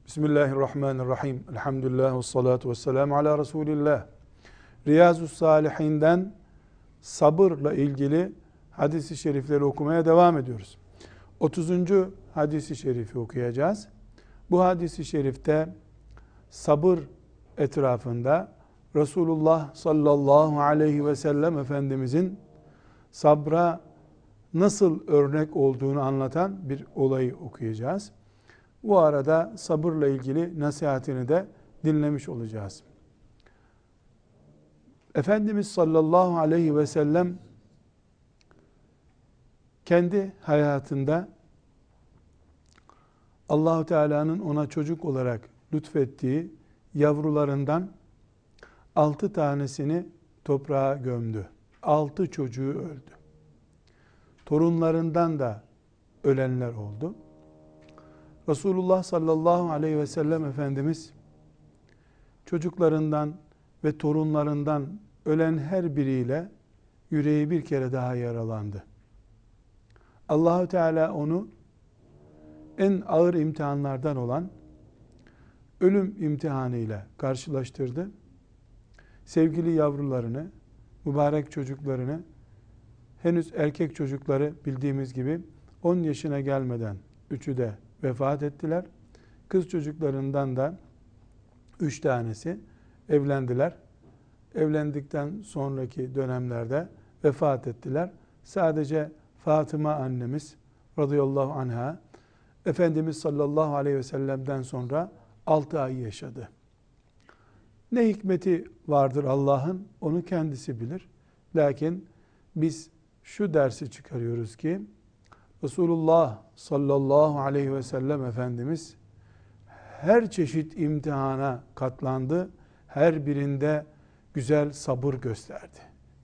Bismillahirrahmanirrahim. Elhamdülillah ve salatu ve selamu ala Resulillah. Riyazu's-Salihin'den sabırla ilgili hadis-i şerifleri okumaya devam ediyoruz. 30. hadis-i şerifi okuyacağız. Bu hadis-i şerifte sabır etrafında Resulullah sallallahu aleyhi ve sellem Efendimizin sabra nasıl örnek olduğunu anlatan bir olayı okuyacağız. Bu arada sabırla ilgili nasihatini de dinlemiş olacağız. Efendimiz sallallahu aleyhi ve sellem kendi hayatında Allah-u Teala'nın ona çocuk olarak lütfettiği yavrularından 6 tanesini toprağa gömdü. 6 çocuğu öldü. Torunlarından da ölenler oldu. Resulullah sallallahu aleyhi ve sellem Efendimiz çocuklarından ve torunlarından ölen her biriyle yüreği bir kere daha yaralandı. Allah-u Teala onu en ağır imtihanlardan olan ölüm imtihanıyla karşılaştırdı. Sevgili yavrularını, mübarek çocuklarını, henüz erkek çocukları bildiğimiz gibi 10 yaşına gelmeden üçü de vefat ettiler. Kız çocuklarından da 3 tanesi evlendiler. Evlendikten sonraki dönemlerde vefat ettiler. Sadece Fatıma annemiz radıyallahu anha Efendimiz sallallahu aleyhi ve sellem'den sonra 6 ay yaşadı. Ne hikmeti vardır Allah'ın, onu kendisi bilir. Lakin biz şu dersi çıkarıyoruz ki Resulullah sallallahu aleyhi ve sellem Efendimiz her çeşit imtihana katlandı. Her birinde güzel sabır gösterdi.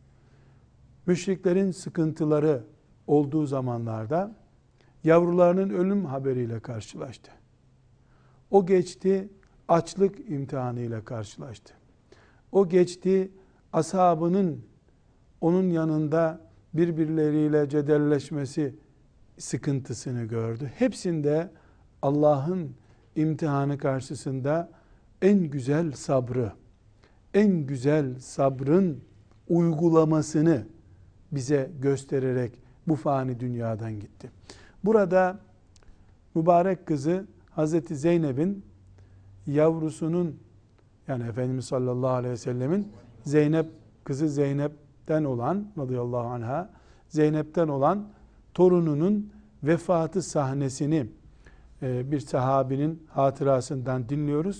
Müşriklerin sıkıntıları olduğu zamanlarda yavrularının ölüm haberiyle karşılaştı. O geçti, açlık imtihanıyla karşılaştı. O geçti, ashabının onun yanında birbirleriyle cedelleşmesi sıkıntısını gördü. Hepsinde Allah'ın imtihanı karşısında en güzel sabrı, en güzel sabrın uygulamasını bize göstererek bu fani dünyadan gitti. Burada mübarek kızı Hazreti Zeynep'in yavrusunun, yani Efendimiz sallallahu aleyhi ve sellemin kızı Zeynep'ten olan radıyallahu anha, Zeynep'ten olan torununun vefatı sahnesini bir sahabinin hatırasından dinliyoruz.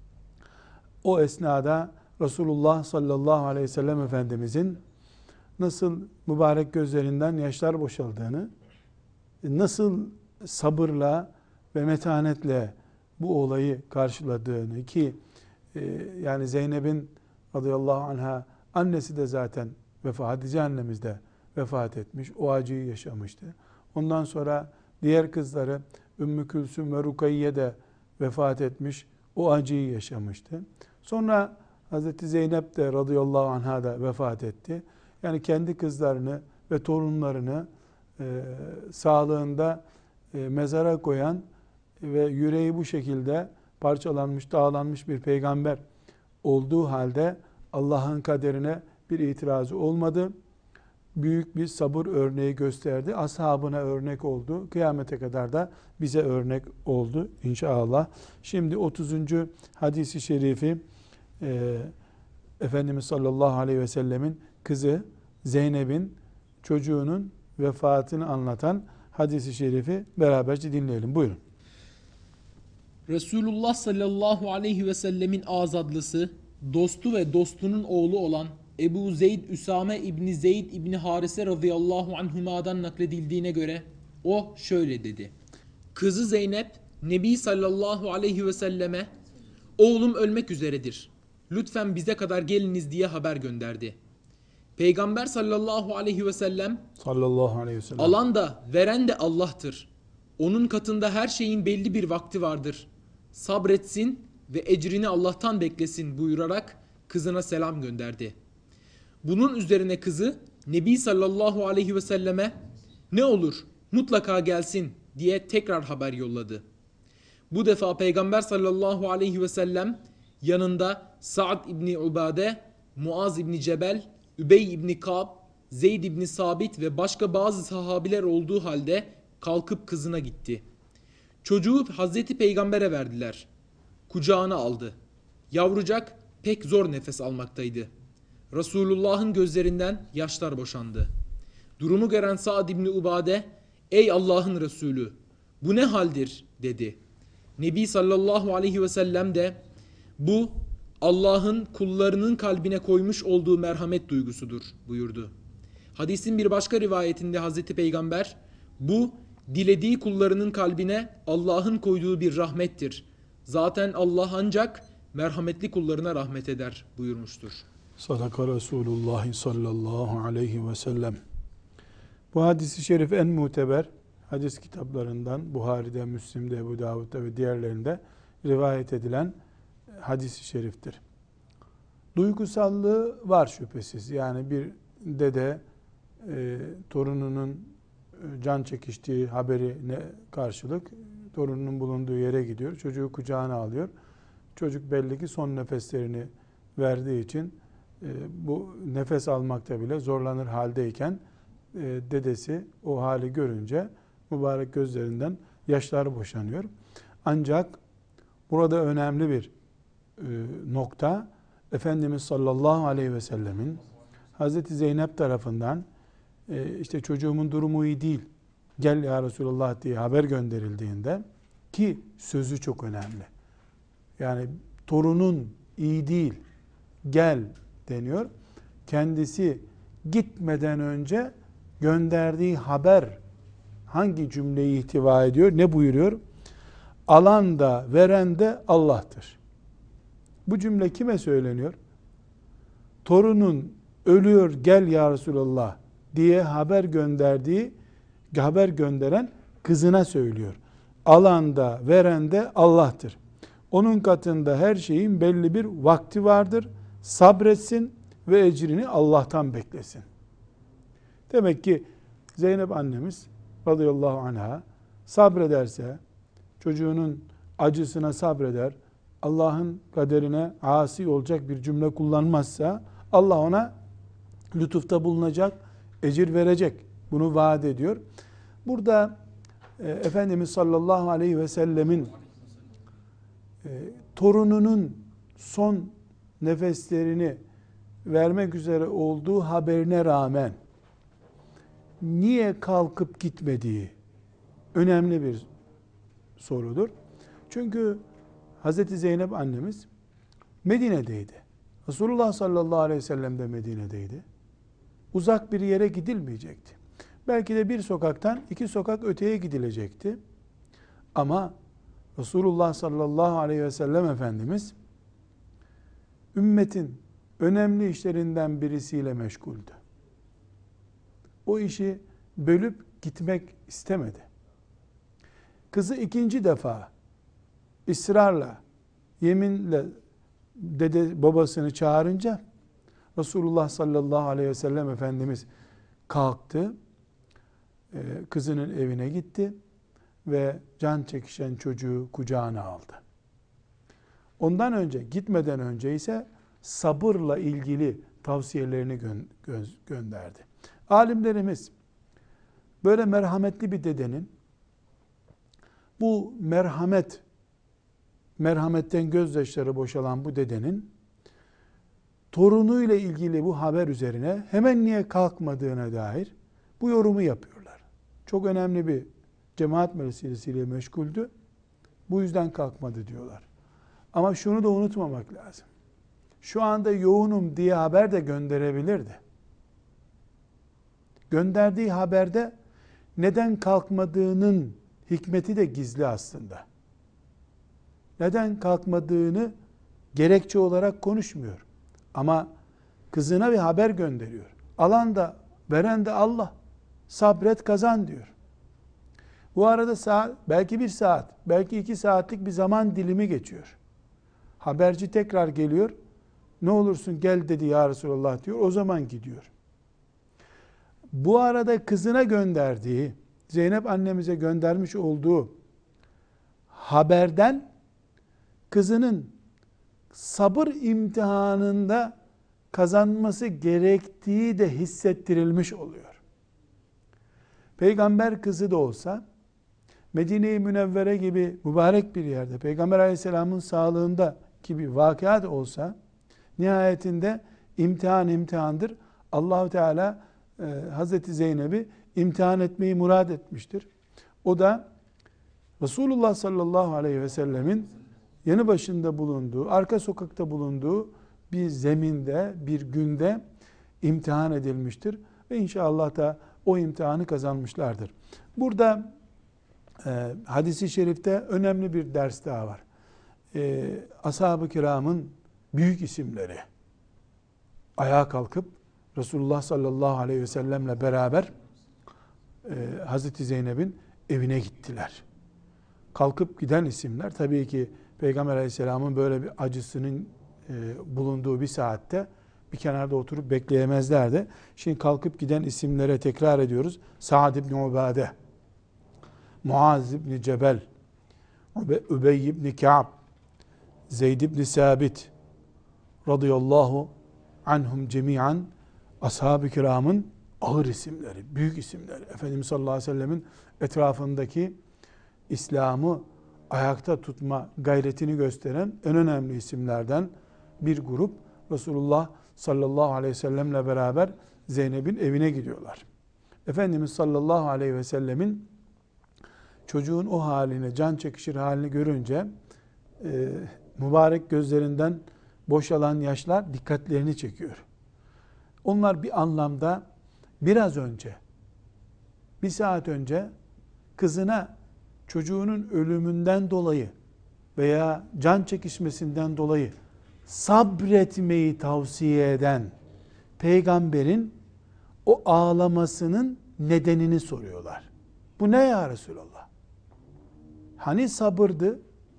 O esnada Resulullah sallallahu aleyhi ve sellem Efendimizin nasıl mübarek gözlerinden yaşlar boşaldığını, nasıl sabırla ve metanetle bu olayı karşıladığını ki yani Zeynep'in radıyallahu anha annesi de zaten Hatice annemiz de vefat etmiş. O acıyı yaşamıştı. Ondan sonra diğer kızları Ümmü Külsüm ve Rukayye de vefat etmiş. O acıyı yaşamıştı. Sonra Hazreti Zeynep de radıyallahu anha da vefat etti. Yani kendi kızlarını ve torunlarını sağlığında mezara koyan ve yüreği bu şekilde parçalanmış, dağlanmış bir peygamber olduğu halde Allah'ın kaderine bir itirazı olmadı. Büyük bir sabır örneği gösterdi. Ashabına örnek oldu. Kıyamete kadar da bize örnek oldu inşallah. Şimdi 30. hadisi şerifi Efendimiz sallallahu aleyhi ve sellemin kızı Zeynep'in çocuğunun vefatını anlatan hadisi şerifi beraberce dinleyelim. Buyurun. Resulullah sallallahu aleyhi ve sellemin azadlısı, dostu ve dostunun oğlu olan Ebu Zeyd Üsame İbni Zeyd İbni Harise radıyallahu anhuma'dan nakledildiğine göre o şöyle dedi. Kızı Zeynep Nebi sallallahu aleyhi ve selleme oğlum ölmek üzeredir. Lütfen bize kadar geliniz diye haber gönderdi. Peygamber sallallahu aleyhi ve sellem alan da veren de Allah'tır. Onun katında her şeyin belli bir vakti vardır. Sabretsin ve ecrini Allah'tan beklesin buyurarak kızına selam gönderdi. Bunun üzerine kızı Nebi sallallahu aleyhi ve selleme ne olur mutlaka gelsin diye tekrar haber yolladı. Bu defa Peygamber sallallahu aleyhi ve sellem yanında Sa'd İbni Ubade, Muaz İbni Cebel, Übey İbni Ka'b, Zeyd İbni Sabit ve başka bazı sahabiler olduğu halde kalkıp kızına gitti. Çocuğu Hazreti Peygamber'e verdiler. Kucağına aldı. Yavrucak pek zor nefes almaktaydı. Resulullah'ın gözlerinden yaşlar boşandı. Durumu gören Sa'd İbni Ubade, "Ey Allah'ın Resulü, bu ne haldir?" dedi. Nebi sallallahu aleyhi ve sellem de, "Bu Allah'ın kullarının kalbine koymuş olduğu merhamet duygusudur" buyurdu. Hadisin bir başka rivayetinde Hazreti Peygamber, "Bu dilediği kullarının kalbine Allah'ın koyduğu bir rahmettir. Zaten Allah ancak merhametli kullarına rahmet eder" buyurmuştur. Sadaka Resulullah sallallahu aleyhi ve sellem. Bu hadis-i şerif en muteber hadis kitaplarından, Buhari'de, Müslim'de, Ebu Davud'da ve diğerlerinde rivayet edilen hadis-i şeriftir. Duygusallığı var şüphesiz. Yani bir dede torununun can çekiştiği haberine karşılık torununun bulunduğu yere gidiyor. Çocuğu kucağına alıyor. Çocuk belli ki son nefeslerini verdiği için bu nefes almakta bile zorlanır haldeyken dedesi o hali görünce mübarek gözlerinden yaşlar boşanıyor. Ancak burada önemli bir nokta, Efendimiz sallallahu aleyhi ve sellemin Hazreti Zeynep tarafından işte çocuğumun durumu iyi değil, gel ya Resulallah diye haber gönderildiğinde, ki sözü çok önemli. Yani torunun iyi değil, gel deniyor. Kendisi gitmeden önce gönderdiği haber hangi cümleyi ihtiva ediyor? Ne buyuruyor? Alan da veren de Allah'tır. Bu cümle kime söyleniyor? Torunun ölüyor, gel ya Resulallah diye haber gönderen kızına söylüyor. Alan da veren de Allah'tır. Onun katında her şeyin belli bir vakti vardır. Sabretsin ve ecrini Allah'tan beklesin. Demek ki Zeynep annemiz radıyallahu anha sabrederse, çocuğunun acısına sabreder, Allah'ın kaderine asi olacak bir cümle kullanmazsa Allah ona lütufta bulunacak, ecir verecek. Bunu vaat ediyor. Burada Efendimiz sallallahu aleyhi ve sellemin torununun son nefeslerini vermek üzere olduğu haberine rağmen niye kalkıp gitmediği önemli bir sorudur. Çünkü Hazreti Zeynep annemiz Medine'deydi. Resulullah sallallahu aleyhi ve sellem de Medine'deydi. Uzak bir yere gidilmeyecekti. Belki de bir sokaktan 2 sokak öteye gidilecekti. Ama Resulullah sallallahu aleyhi ve sellem Efendimiz ümmetin önemli işlerinden birisiyle meşguldü. O işi bölüp gitmek istemedi. Kızı 2. defa ısrarla, yeminle dede babasını çağırınca Resulullah sallallahu aleyhi ve sellem Efendimiz kalktı, kızının evine gitti ve can çekişen çocuğu kucağına aldı. Ondan önce, gitmeden önce ise sabırla ilgili tavsiyelerini gönderdi. Alimlerimiz böyle merhametli bir dedenin, bu merhametten gözyaşları boşalan bu dedenin torunuyla ilgili bu haber üzerine hemen niye kalkmadığına dair bu yorumu yapıyorlar. Çok önemli bir cemaat meselesiyle meşguldü. Bu yüzden kalkmadı diyorlar. Ama şunu da unutmamak lazım. Şu anda yoğunum diye haber de gönderebilirdi. Gönderdiği haberde neden kalkmadığının hikmeti de gizli aslında. Neden kalkmadığını gerekçe olarak konuşmuyor. Ama kızına bir haber gönderiyor. Alan da veren de Allah. Sabret kazan diyor. Bu arada belki 1 saat, belki 2 saatlik bir zaman dilimi geçiyor. Haberci tekrar geliyor. Ne olursun gel dedi ya Resulallah diyor. O zaman gidiyor. Bu arada kızına gönderdiği, Zeynep annemize göndermiş olduğu haberden kızının sabır imtihanında kazanması gerektiği de hissettirilmiş oluyor. Peygamber kızı da olsa, Medine-i Münevvere gibi mübarek bir yerde, Peygamber Aleyhisselam'ın sağlığında gibi vakıa da olsa, nihayetinde imtihandır. Allahu Teala Hazreti Zeynep'i imtihan etmeyi murad etmiştir. O da Resulullah sallallahu aleyhi ve sellemin yanı başında bulunduğu, arka sokakta bulunduğu bir zeminde, bir günde imtihan edilmiştir. Ve inşallah da o imtihanı kazanmışlardır. Burada hadis-i şerifte önemli bir ders daha var. Ashab-ı kiramın büyük isimleri ayağa kalkıp Resulullah sallallahu aleyhi ve sellemle beraber Hazreti Zeynep'in evine gittiler. Kalkıp giden isimler, tabii ki Peygamber aleyhisselamın böyle bir acısının bulunduğu bir saatte bir kenarda oturup bekleyemezlerdi. Şimdi kalkıp giden isimlere tekrar ediyoruz. Sa'd ibn Ubade, Muaz ibn Cebel, Übey ibn Ka'b, Zeyd ibn Sabit radıyallahu anhum cemiyan, ashab-ı kiramın ağır isimleri, büyük isimleri. Efendimiz sallallahu aleyhi ve sellemin etrafındaki İslam'ı ayakta tutma gayretini gösteren en önemli isimlerden bir grup Resulullah sallallahu aleyhi ve sellemle beraber Zeynep'in evine gidiyorlar. Efendimiz sallallahu aleyhi ve sellemin çocuğun o halini, can çekişir halini görünce mübarek gözlerinden boşalan yaşlar dikkatlerini çekiyor. Onlar bir anlamda biraz önce, bir saat önce kızına çocuğunun ölümünden dolayı veya can çekişmesinden dolayı sabretmeyi tavsiye eden peygamberin o ağlamasının nedenini soruyorlar. Bu ne ya Resulallah? Hani sabırdı?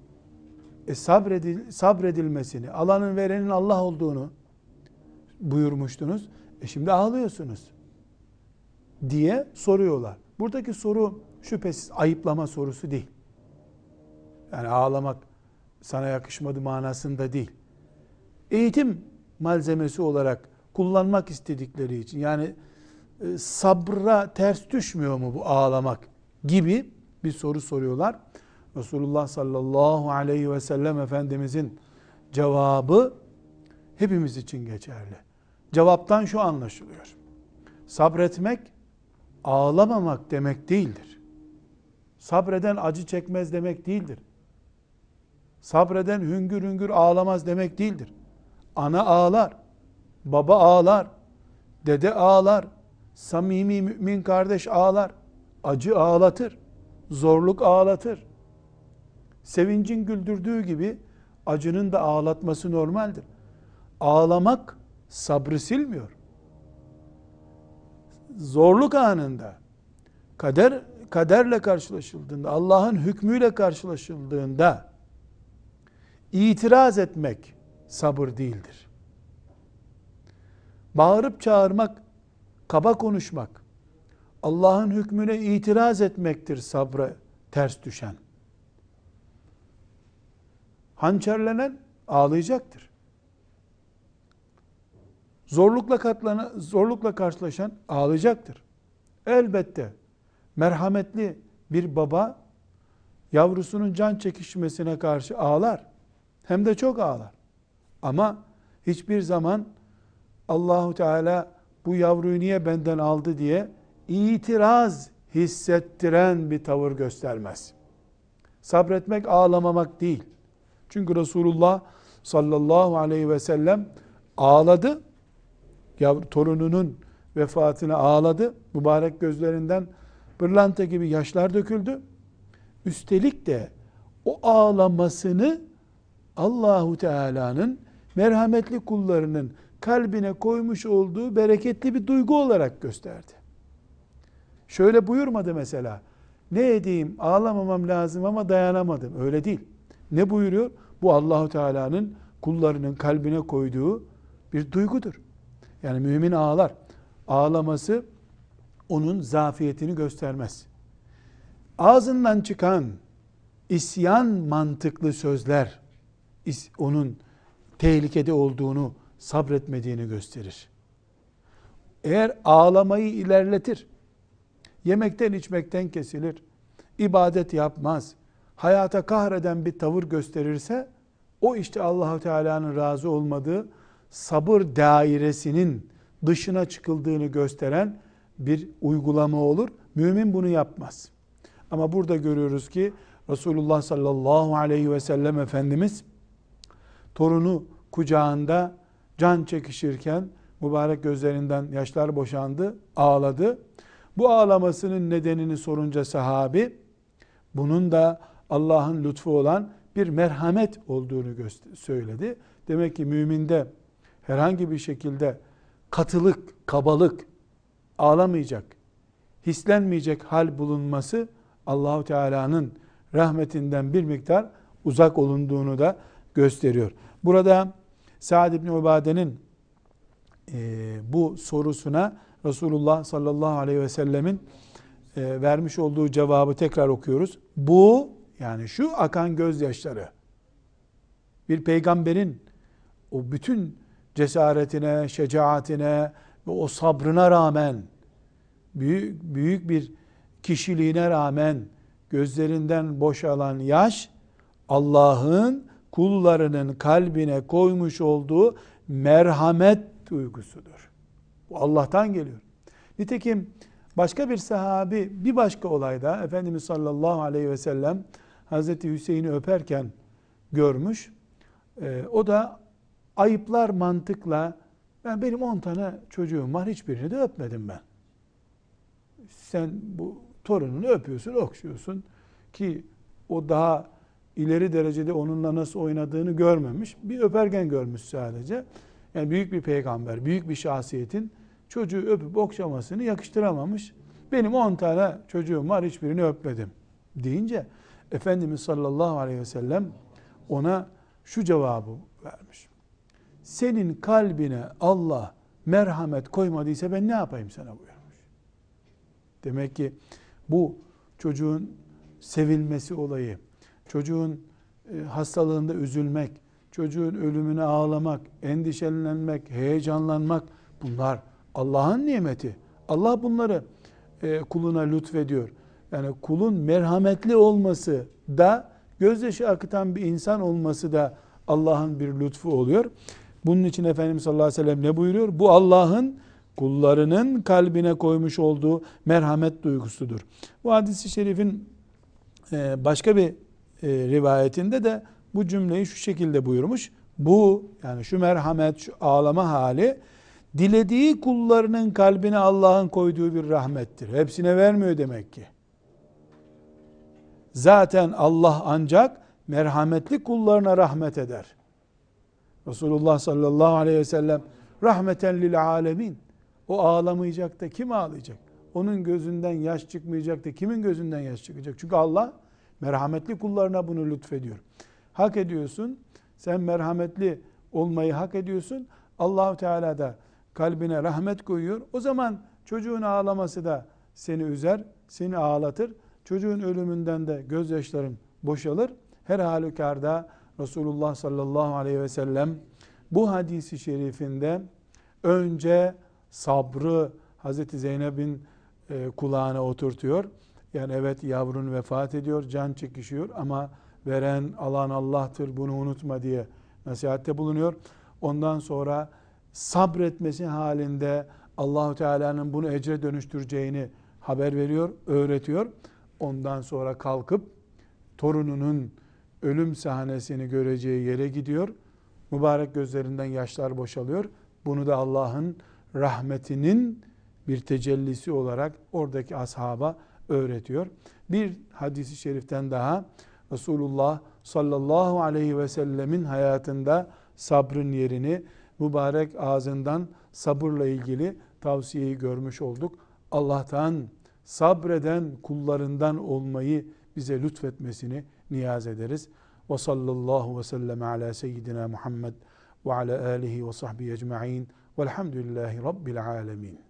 Sabredilmesini, alanın verenin Allah olduğunu buyurmuştunuz. Şimdi ağlıyorsunuz diye soruyorlar. Buradaki soru şüphesiz ayıplama sorusu değil. Yani ağlamak sana yakışmadı manasında değil. Eğitim malzemesi olarak kullanmak istedikleri için, yani sabra ters düşmüyor mu bu ağlamak gibi bir soru soruyorlar. Resulullah sallallahu aleyhi ve sellem Efendimizin cevabı hepimiz için geçerli. Cevaptan şu anlaşılıyor: sabretmek ağlamamak demek değildir. Sabreden acı çekmez demek değildir. Sabreden hüngür hüngür ağlamaz demek değildir. Ana ağlar, baba ağlar, dede ağlar, samimi mümin kardeş ağlar. Acı ağlatır, zorluk ağlatır. Sevincin güldürdüğü gibi acının da ağlatması normaldir. Ağlamak sabrı silmiyor. Zorluk anında, kaderle karşılaşıldığında, Allah'ın hükmüyle karşılaşıldığında itiraz etmek sabır değildir. Bağırıp çağırmak, kaba konuşmak, Allah'ın hükmüne itiraz etmektir sabra ters düşen. Hançerlenen ağlayacaktır. Zorlukla karşılaşan ağlayacaktır. Elbette merhametli bir baba yavrusunun can çekişmesine karşı ağlar. Hem de çok ağlar. Ama hiçbir zaman Allahu Teala bu yavruyu niye benden aldı diye itiraz hissettiren bir tavır göstermez. Sabretmek ağlamamak değil. Çünkü Resulullah sallallahu aleyhi ve sellem ağladı. Torununun vefatına ağladı. Mübarek gözlerinden pırlanta gibi yaşlar döküldü. Üstelik de o ağlamasını Allahu Teala'nın merhametli kullarının kalbine koymuş olduğu bereketli bir duygu olarak gösterdi. Şöyle buyurmadı mesela: ne edeyim, ağlamamam lazım ama dayanamadım. Öyle değil. Ne buyuruyor? Bu Allahu Teala'nın kullarının kalbine koyduğu bir duygudur. Yani mümin ağlar. Ağlaması onun zafiyetini göstermez. Ağzından çıkan isyan mantıklı sözler onun tehlikede olduğunu, sabretmediğini gösterir. Eğer ağlamayı ilerletir, yemekten içmekten kesilir, ibadet yapmaz, hayata kahreden bir tavır gösterirse, o işte Allah-u Teala'nın razı olmadığı sabır dairesinin dışına çıkıldığını gösteren bir uygulama olur. Mümin bunu yapmaz. Ama burada görüyoruz ki Resulullah sallallahu aleyhi ve sellem Efendimiz torunu kucağında can çekişirken mübarek gözlerinden yaşlar boşandı, ağladı. Bu ağlamasının nedenini sorunca sahabi, bunun da Allah'ın lütfu olan bir merhamet olduğunu söyledi. Demek ki müminde herhangi bir şekilde katılık, kabalık, ağlamayacak, hislenmeyecek hal bulunması Allahu Teala'nın rahmetinden bir miktar uzak olunduğunu da gösteriyor. Burada Sa'd ibn Ubade'nin bu sorusuna Resulullah sallallahu aleyhi ve sellemin vermiş olduğu cevabı tekrar okuyoruz. Bu, yani şu akan gözyaşları, bir peygamberin o bütün cesaretine, şecaatine ve o sabrına rağmen, büyük bir kişiliğine rağmen gözlerinden boşalan yaş, Allah'ın kullarının kalbine koymuş olduğu merhamet duygusudur. Bu Allah'tan geliyor. Nitekim başka bir sahabi bir başka olayda Efendimiz sallallahu aleyhi ve sellem Hazreti Hüseyin'i öperken görmüş. O da ayıplar mantıkla, benim 10 tane çocuğum var, hiçbirini de öpmedim ben. Sen bu torununu öpüyorsun, okşuyorsun ki o daha ileri derecede onunla nasıl oynadığını görmemiş. Bir öperken görmüş sadece. Yani büyük bir peygamber, büyük bir şahsiyetin çocuğu öpüp okşamasını yakıştıramamış. Benim 10 tane çocuğum var, hiçbirini öpmedim deyince Efendimiz sallallahu aleyhi ve sellem ona şu cevabı vermiş. Senin kalbine Allah merhamet koymadıysa ben ne yapayım sana buyurmuş. Demek ki bu çocuğun sevilmesi olayı, çocuğun hastalığında üzülmek, çocuğun ölümüne ağlamak, endişelenmek, heyecanlanmak, bunlar Allah'ın nimeti. Allah bunları kuluna lütfediyor. Yani kulun merhametli olması da, gözyaşı akıtan bir insan olması da Allah'ın bir lütfu oluyor. Bunun için Efendimiz sallallahu aleyhi ve sellem ne buyuruyor? Bu Allah'ın kullarının kalbine koymuş olduğu merhamet duygusudur. Bu hadis-i şerifin başka bir rivayetinde de bu cümleyi şu şekilde buyurmuş. Bu, yani şu merhamet, şu ağlama hali, dilediği kullarının kalbine Allah'ın koyduğu bir rahmettir. Hepsine vermiyor demek ki. Zaten Allah ancak merhametli kullarına rahmet eder. Resulullah sallallahu aleyhi ve sellem rahmeten lil alemin. O ağlamayacak da kim ağlayacak? Onun gözünden yaş çıkmayacak da kimin gözünden yaş çıkacak? Çünkü Allah merhametli kullarına bunu lütfediyor. Hak ediyorsun. Sen merhametli olmayı hak ediyorsun. Allah-u Teala da kalbine rahmet koyuyor. O zaman çocuğun ağlaması da seni üzer, seni ağlatır. Çocuğun ölümünden de gözyaşların boşalır. Her halükarda Resulullah sallallahu aleyhi ve sellem bu hadisi şerifinde önce sabrı Hazreti Zeynep'in kulağına oturtuyor. Yani evet, yavrun vefat ediyor, can çekişiyor ama veren, alan Allah'tır, bunu unutma diye nasihatte bulunuyor. Ondan sonra sabretmesi halinde Allah-u Teala'nın bunu ecre dönüştüreceğini haber veriyor, öğretiyor. Ondan sonra kalkıp torununun ölüm sahnesini göreceği yere gidiyor. Mübarek gözlerinden yaşlar boşalıyor. Bunu da Allah'ın rahmetinin bir tecellisi olarak oradaki ashaba öğretiyor. Bir hadisi şeriften daha Resulullah sallallahu aleyhi ve sellemin hayatında sabrın yerini, mübarek ağzından sabırla ilgili tavsiyeyi görmüş olduk. Allah'tan sabreden kullarından olmayı bize lütfetmesini niyaz ederiz. Ve sallallahu ve sellem ala seyyidina Muhammed ve ala alihi ve sahbihi ecma'in velhamdülillahi rabbil alemin.